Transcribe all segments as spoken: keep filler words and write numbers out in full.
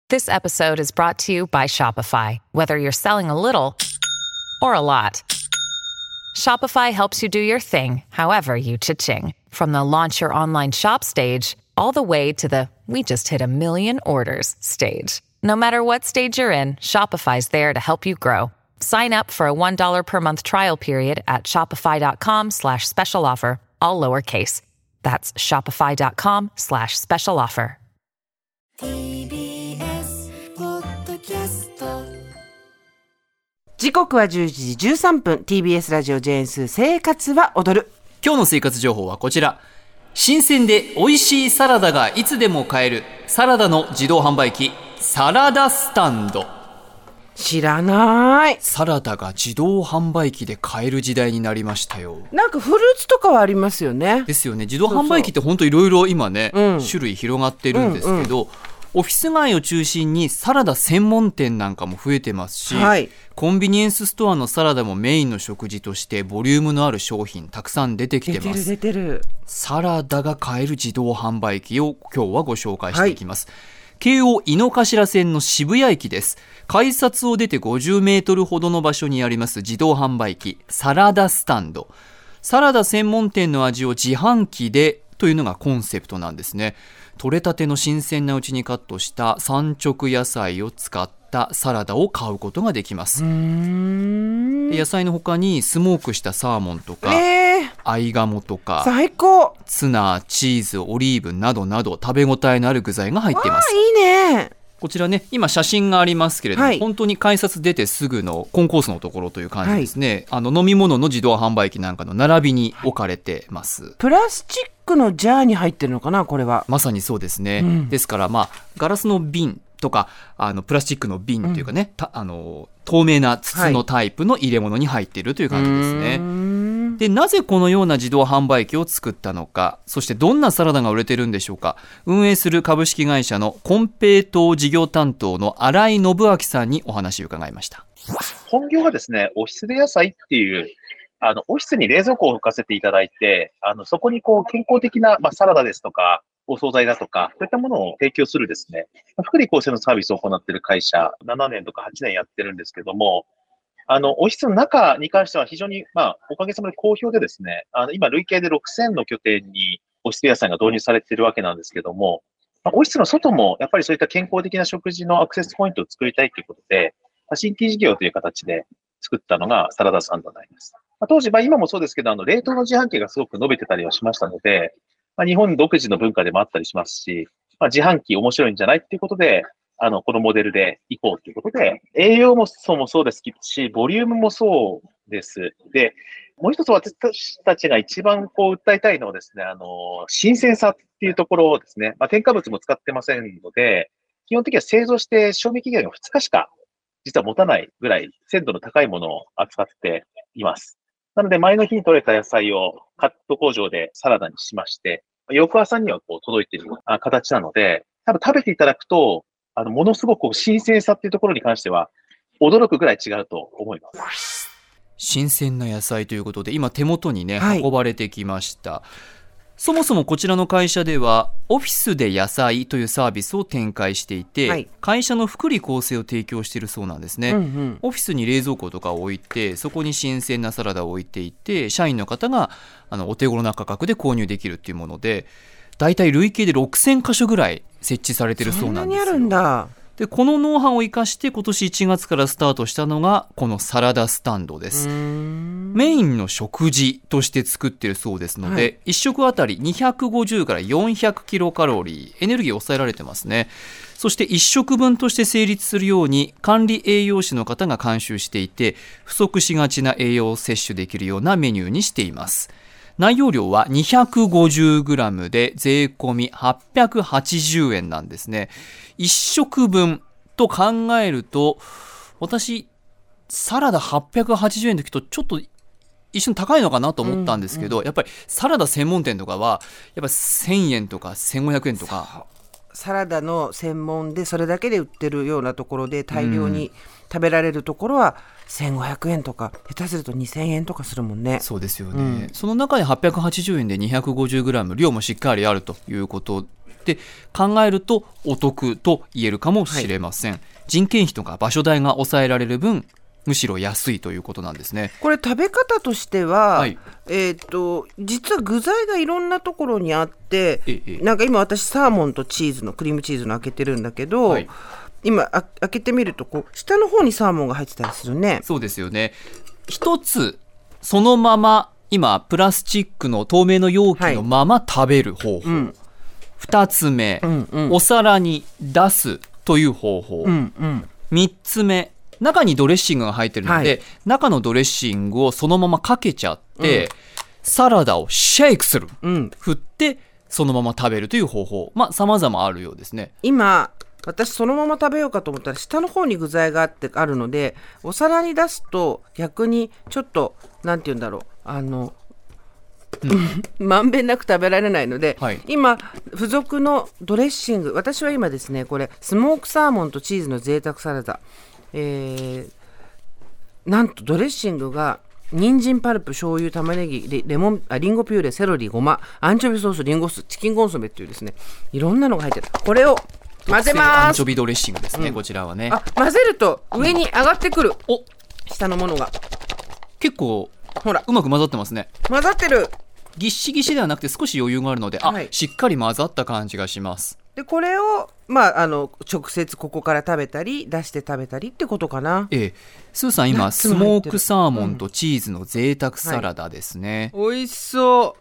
This episode is brought to you by Shopify. Whether you're selling a little or a lot, Shopify helps you do your thing, however you cha-ching. From the launch your online shop stage, all the way to the we just hit a million orders stage. No matter what stage you're in, Shopify's there to help you grow. Sign up for a one dollar per month trial period at shopify.com slash special offer, all lowercase. That's shopify.com slash special offer. ティービーエス ポッドキャスト。 時刻はじゅういちじじゅうさんぷん。 ティービーエス ラジオジェーンスー生活は踊る。 今日の生活情報はこちら。新鮮で美味しいサラダがいつでも買えるサラダの自動販売機、サラダスタンド。 知らない。 サラダが自動販売機で買える時代になりましたよ。 なんかフルーツとかはありますよね。 ですよね。自動販売機って本当いろいろ今ね、 うん、 種類広がってるんですけど、 うんうん、 オフィス街を中心にサラダ専門店なんかも増えてますし、 はい、 コンビニエンスストアのサラダもメインの食事としてボリュームのある商品たくさん出てきてます。 出てる出てる。 サラダが買える自動販売機を今日はご紹介していきます、はい、京王井の頭線の渋谷駅です。改札を出てごじゅうメートルほどの場所にあります自動販売機、サラダスタンド。サラダ専門店の味を自販機でというのがコンセプトなんですね。取れたての新鮮なうちにカットした産直野菜を使ったサラダを買うことができます。うーん、で野菜の他にスモークしたサーモンとか、えー、合鴨とか最高、 ツナ、チーズ、オリーブなどなど食べ応えのある具材が入っています。 いいね。 こちらね、今写真がありますけれども、 はい、 本当に改札出てすぐのコンコースのところという感じですね、はい、あの飲み物の自動販売機なんかの並びに置かれてます、はい、 プラスチックのジャーに入ってるのかな、これは。 まさにそうですね、うん、ですからまあガラスの瓶とかあのプラスチックの瓶というかね、うん、あの透明な筒のタイプの入れ物に入っているという感じですね、はい、でなぜこのような自動販売機を作ったのか、そしてどんなサラダが売れてるんでしょうか。運営する株式会社のコンペイトー事業担当の新井信明さんにお話を伺いました。 本業がですね、オフィスで野菜っていうあのオフィスに冷蔵庫を置かせていただいて、あのそこにこう健康的な、まあ、サラダですとかお惣菜だとか、そういったものを提供するですね、福利厚生のサービスを行っている会社、ななねんとかはちねんやってるんですけども、あの、オフィスの中に関しては非常に、まあ、おかげさまで好評でですね、あの、今、累計でろくせんの拠点にオフィス野菜が導入されているわけなんですけども、まあ、オフィスの外も、やっぱりそういった健康的な食事のアクセスポイントを作りたいということで、新規事業という形で作ったのがサラダサンドになります。まあ、当時、まあ、今もそうですけど、あの、冷凍の自販機がすごく伸びてたりはしましたので、まあ、日本独自の文化でもあったりしますし、まあ、自販機面白いんじゃないっていうことで、あの、このモデルで行こうということで、栄養もそうもそうですし、ボリュームもそうです。で、もう一つ私たちが一番こう訴えたいのはですね、あの、新鮮さっていうところですね。まあ、添加物も使ってませんので、基本的には製造して賞味期限がふつかしか実は持たないぐらい鮮度の高いものを扱っています。なので、前の日に採れた野菜をカット工場でサラダにしまして、翌朝にはこう届いている形なので、多分食べていただくと、あの、ものすごく新鮮さっていうところに関しては、驚くぐらい違うと思います。 新鮮な野菜ということで、今手元にね、 はい、 運ばれてきました。そもそもこちらの会社では、オフィスで野菜というサービスを展開していて、はい、会社の福利厚生を提供しているそうなんですね、うんうん。オフィスに冷蔵庫とかを置いて、そこに新鮮なサラダを置いていて、社員の方があのお手頃な価格で購入できるっていうもので、だいたい累計でろくせんかしょぐらい設置されているそうなんですよ。 そんなにあるんだ。 でこのノウハウを生かして今年いちがつからスタートしたのがこのサラダスタンドです。メインの食事として作っているそうですので、はい、いっ食あたりにひゃくごじゅうからよんひゃくキロカロリー、エネルギーを抑えられてますね。そしていっ食分として成立するように管理栄養士の方が監修していて、不足しがちな栄養を摂取できるようなメニューにしています。内容量は にひゃくごじゅうグラム で税込みはっぴゃくはちじゅうえんなんですね。いっ食分と考えると、私サラダはっぴゃくはちじゅうえんの時とちょっと一瞬高いのかなと思ったんですけど、うんうん、やっぱりサラダ専門店とかはやっぱせんえんとかせんごひゃくえんとか、 サラダの専門でそれだけで売ってるようなところで大量に食べられるところはせんごひゃくえんとか、下手するとにせんえんとかするもんね。 そうですよね、うん、その中ではっぴゃくはちじゅうえんで にひゃくごじゅうグラム 量もしっかりあるということって考えるとお得と言えるかもしれません、はい、人件費とか場所代が抑えられる分むしろ安いということなんですね。 これ食べ方としては、 はい、 えー、と実は具材がいろんなところにあって、 ええ、 なんか今私サーモンとチーズのクリームチーズの開けてるんだけど、はい、今あ開けてみるとこう下の方にサーモンが入ってたりするね。 そうですよね。一つそのまま今プラスチックの透明の容器のまま食べる方法、はい、うん、二つ目、うんうん、お皿に出すという方法、うんうん、三つ目中にドレッシングが入ってるので、はい、中のドレッシングをそのままかけちゃって、うん、サラダをシェイクする、うん、振ってそのまま食べるという方法、まあ様々あるようですね。 今私そのまま食べようかと思ったら下の方に具材があってあるのでお皿に出すと逆にちょっとなんて言うんだろうあのまんべんなく食べられないので、はい、今付属のドレッシング、私は今ですねこれスモークサーモンとチーズの贅沢サラダ、えー、なんとドレッシングが人参パルプ、醤油、玉ねぎ、レモン、あリンゴピューレ、セロリ、ごま、アンチョビソース、リンゴ酢、チキンコンソメっていうですねいろんなのが入ってる。これを混ぜます。 アンチョビドレッシングですね、うん、こちらはね。 あ混ぜると上に上がってくる、うん、お下のものが結構ほらうまく混ざってますね。 混ざってる。 ぎっしぎしではなくて少し余裕があるので、あ、はい、しっかり混ざった感じがします。 でこれを、まあ、あの直接ここから食べたり出して食べたりってことかな。 ええ、スーさん今スモークサーモンとチーズの贅沢サラダですね、 うん、はい、美味しそう。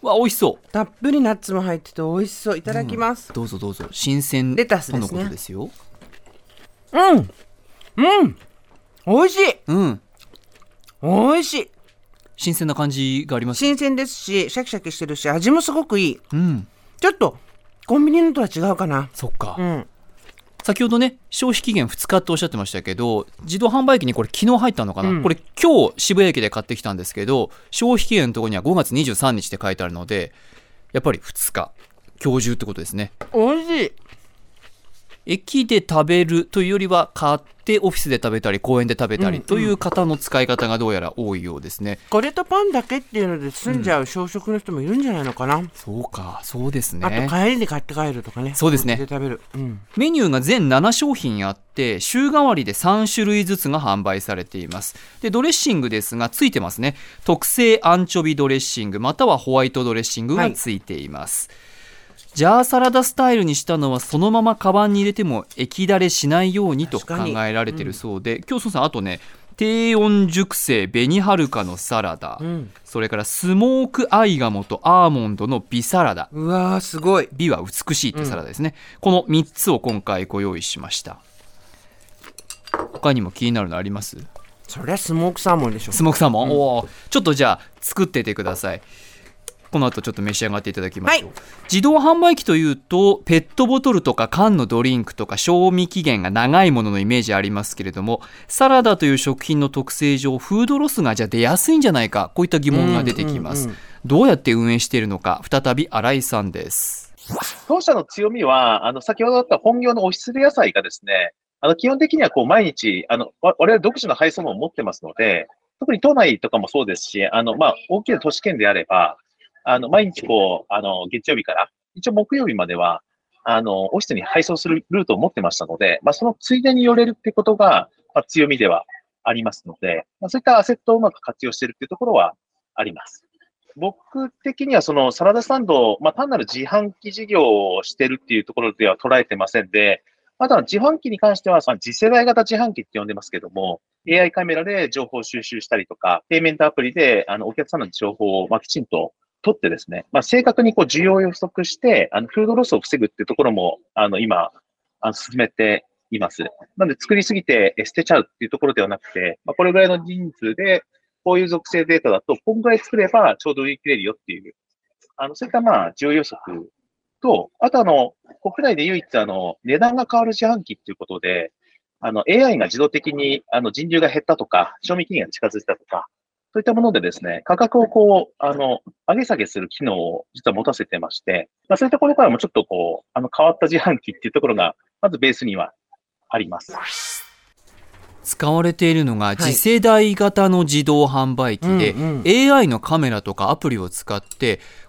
わ美味しそう。 たっぷりナッツも入ってて美味しそう。いただきます、 うん、どうぞどうぞ。新鮮レタスですねとのことですよ。 うんうん美味しい。 うん美味しい。 新鮮な感じがあります。 新鮮ですしシャキシャキしてるし味もすごくいい、 うん、 ちょっとコンビニのとは違うかな。 そっか、 うん、 先ほどね消費期限ふつかっておっしゃってましたけど自動販売機にこれ昨日入ったのかな、うん、これ今日渋谷駅で買ってきたんですけど消費期限のところにはごがつにじゅうさんにちって書いてあるのでやっぱりふつか今日中ってことですね。 美味しい。 駅で食べるというよりは買ってオフィスで食べたり公園で食べたりという方の使い方がどうやら多いようですね、うんうん、 これとパンだけっていうので済んじゃう小食の人もいるんじゃないのかな、うん、 そうかそうですね。 あと帰りに買って帰るとかね。 そうですね。 で食べる、うん、 メニューが全ななしょうひんあって週替わりでさんしゅるいずつが販売されています。でドレッシングですがついてますね。特製アンチョビドレッシングまたはホワイトドレッシングがついています、はい。ジャーサラダスタイルにしたのはそのままカバンに入れても液だれしないようにと考えられているそうで、うん、今日そうさんあとね低温熟成紅はるかのサラダ、うん、それからスモークアイガモとアーモンドの美サラダ。 うわーすごい。 美は美しいってサラダですね、うん、このみっつを今回ご用意しました。他にも気になるのあります？ そりゃスモークサーモンでしょ。 スモークサーモン、うん、おちょっとじゃあ作っててください。この後ちょっと召し上がっていただきましょう、はい、自動販売機というとペットボトルとか缶のドリンクとか賞味期限が長いもののイメージありますけれどもサラダという食品の特性上フードロスがじゃあ出やすいんじゃないかこういった疑問が出てきます、うんうんうん、どうやって運営しているのか再び新井さんです。 当社の強みはあの先ほどあった本業のオフィスで野菜がですねあの基本的にはこう毎日あの我々独自の配送網を持ってますので特に都内とかもそうですしあの、まあ、大きな都市圏であればあの、毎日こう、あの、月曜日から、一応木曜日までは、あの、オフィスに配送するルートを持ってましたので、まあ、そのついでに寄れるってことが、まあ、強みではありますので、まあ、そういったアセットをうまく活用しているっていうところはあります。僕的にはそのサラダスタンド、まあ、単なる自販機事業をしているっていうところでは捉えてませんで、また自販機に関しては、次世代型自販機って呼んでますけども、エーアイ カメラで情報を収集したりとか、ペイメントアプリで、あの、お客さんの情報を、まあ、きちんと取ってですね、まあ、正確にこう需要を予測して、あの、フードロスを防ぐっていうところも、あの、今、あの、進めています。なので、作りすぎて捨てちゃうっていうところではなくて、まあ、これぐらいの人数で、こういう属性データだと、こんぐらい作ればちょうど売り切れるよっていう、あの、そういったまあ、需要予測と、あとあの、国内で唯一あの、値段が変わる自販機っていうことで、あの、エーアイ が自動的に、あの、人流が減ったとか、賞味期限が近づいたとか、そういったものでですね、価格をこう、あの、上げ下げする機能を実は持たせてまして、まあ、そういったところからもちょっとこう、あの、変わった自販機っていうところが、まずベースにはあります。 使われているのが次世代型の自動販売機で、はいうんうん、エーアイ のカメラとかアプリを使って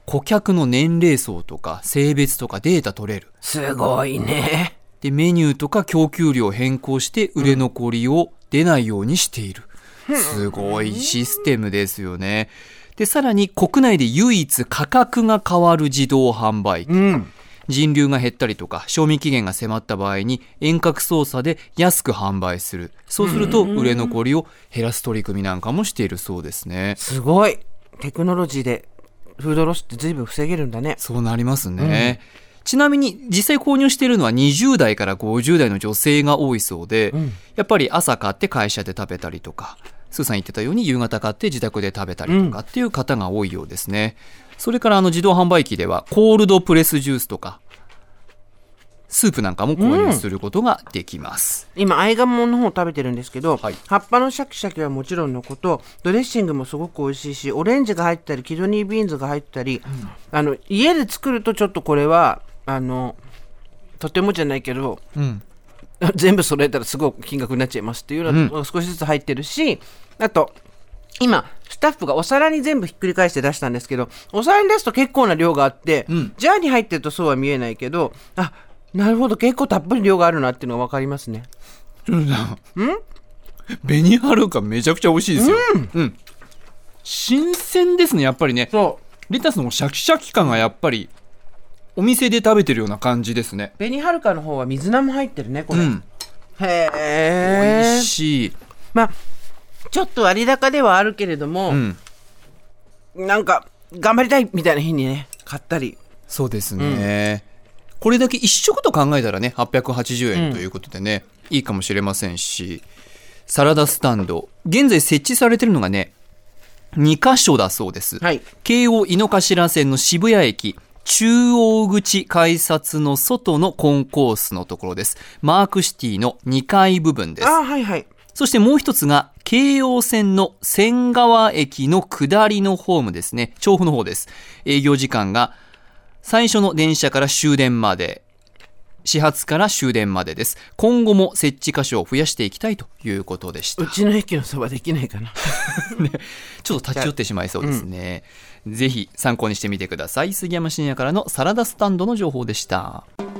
顧客の年齢層とか性別とかデータ取れる。 すごいね。 でメニューとか供給量を変更して売れ残りを出ないようにしている、うん、すごいシステムですよね。でさらに国内で唯一価格が変わる自動販売機、うん、人流が減ったりとか賞味期限が迫った場合に遠隔操作で安く販売する。そうすると売れ残りを減らす取り組みなんかもしているそうですね。 すごいテクノロジーでフードロスって随分防げるんだね。 そうなりますね、うん、ちなみに実際購入しているのはにじゅう代からごじゅう代の女性が多いそうで、うん、やっぱり朝買って会社で食べたりとか、スーさん言ってたように夕方買って自宅で食べたりとかっていう方が多いようですね、うん、それからあの自動販売機ではコールドプレスジュースとかスープなんかも購入することができます、 うん、今アイガモの方を食べてるんですけど、はい、葉っぱのシャキシャキはもちろんのことドレッシングもすごく美味しいし、オレンジが入ったりキドニービーンズが入ったり、うん、あの家で作るとちょっとこれはあのとてもじゃないけど、うん、全部揃えたらすごく金額になっちゃいますっていうのが少しずつ入ってるし、あと今スタッフがお皿に全部ひっくり返して出したんですけど、お皿に出すと結構な量があって、うん、ジャーに入ってるとそうは見えないけど、あ、なるほど結構たっぷり量があるなっていうのが分かりますね。 うん紅はるかめちゃくちゃ美味しいですよ、うんうん、新鮮ですね。やっぱりね、そうレタスのシャキシャキ感がやっぱりお店で食べてるような感じですね。 紅はるかの方は水菜も入ってるねこれ、うん、へえ美味しい。 まあちょっと割高ではあるけれども、うん、なんか頑張りたいみたいな日にね買ったり。 そうですね、うん、これだけ一食と考えたらねはっぴゃくはちじゅうえんということでね、うん、いいかもしれませんし、サラダスタンド現在設置されてるのがねにかしょだそうです、はい、京王井の頭線の渋谷駅中央口改札の外のコンコースのところです。マークシティのにかい部分です。 あ、はいはい。 そしてもう一つが京王線の仙川駅の下りのホームですね。調布の方です。営業時間が最初の電車から終電まで、始発から終電までです。今後も設置箇所を増やしていきたいということでした。 うちの駅のそばできないかな、 ね、ちょっと立ち寄ってしまいそうですね、うん、ぜひ参考にしてみてください。杉山深也からのサラダスタンドの情報でした。